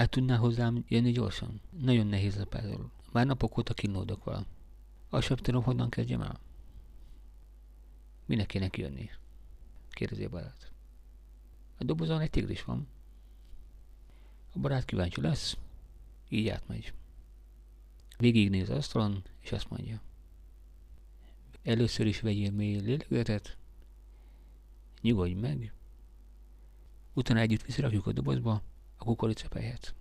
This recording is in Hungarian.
El tudnál hozzám jönni gyorsan? Nagyon nehéz a puzzle. Már napok óta kínlódok vele. Azt sem tudom, honnan kezdjem el. Minek kéne jönni? Kérdezi a barát. A dobozon egy tigris van. A barát kíváncsi lesz, így átmegy. Végignéz az asztalon, és azt mondja. Először is vegyél mély lélegzetet, nyugodj meg, utána együtt visszarakjuk a dobozba a kukoricapelyhet.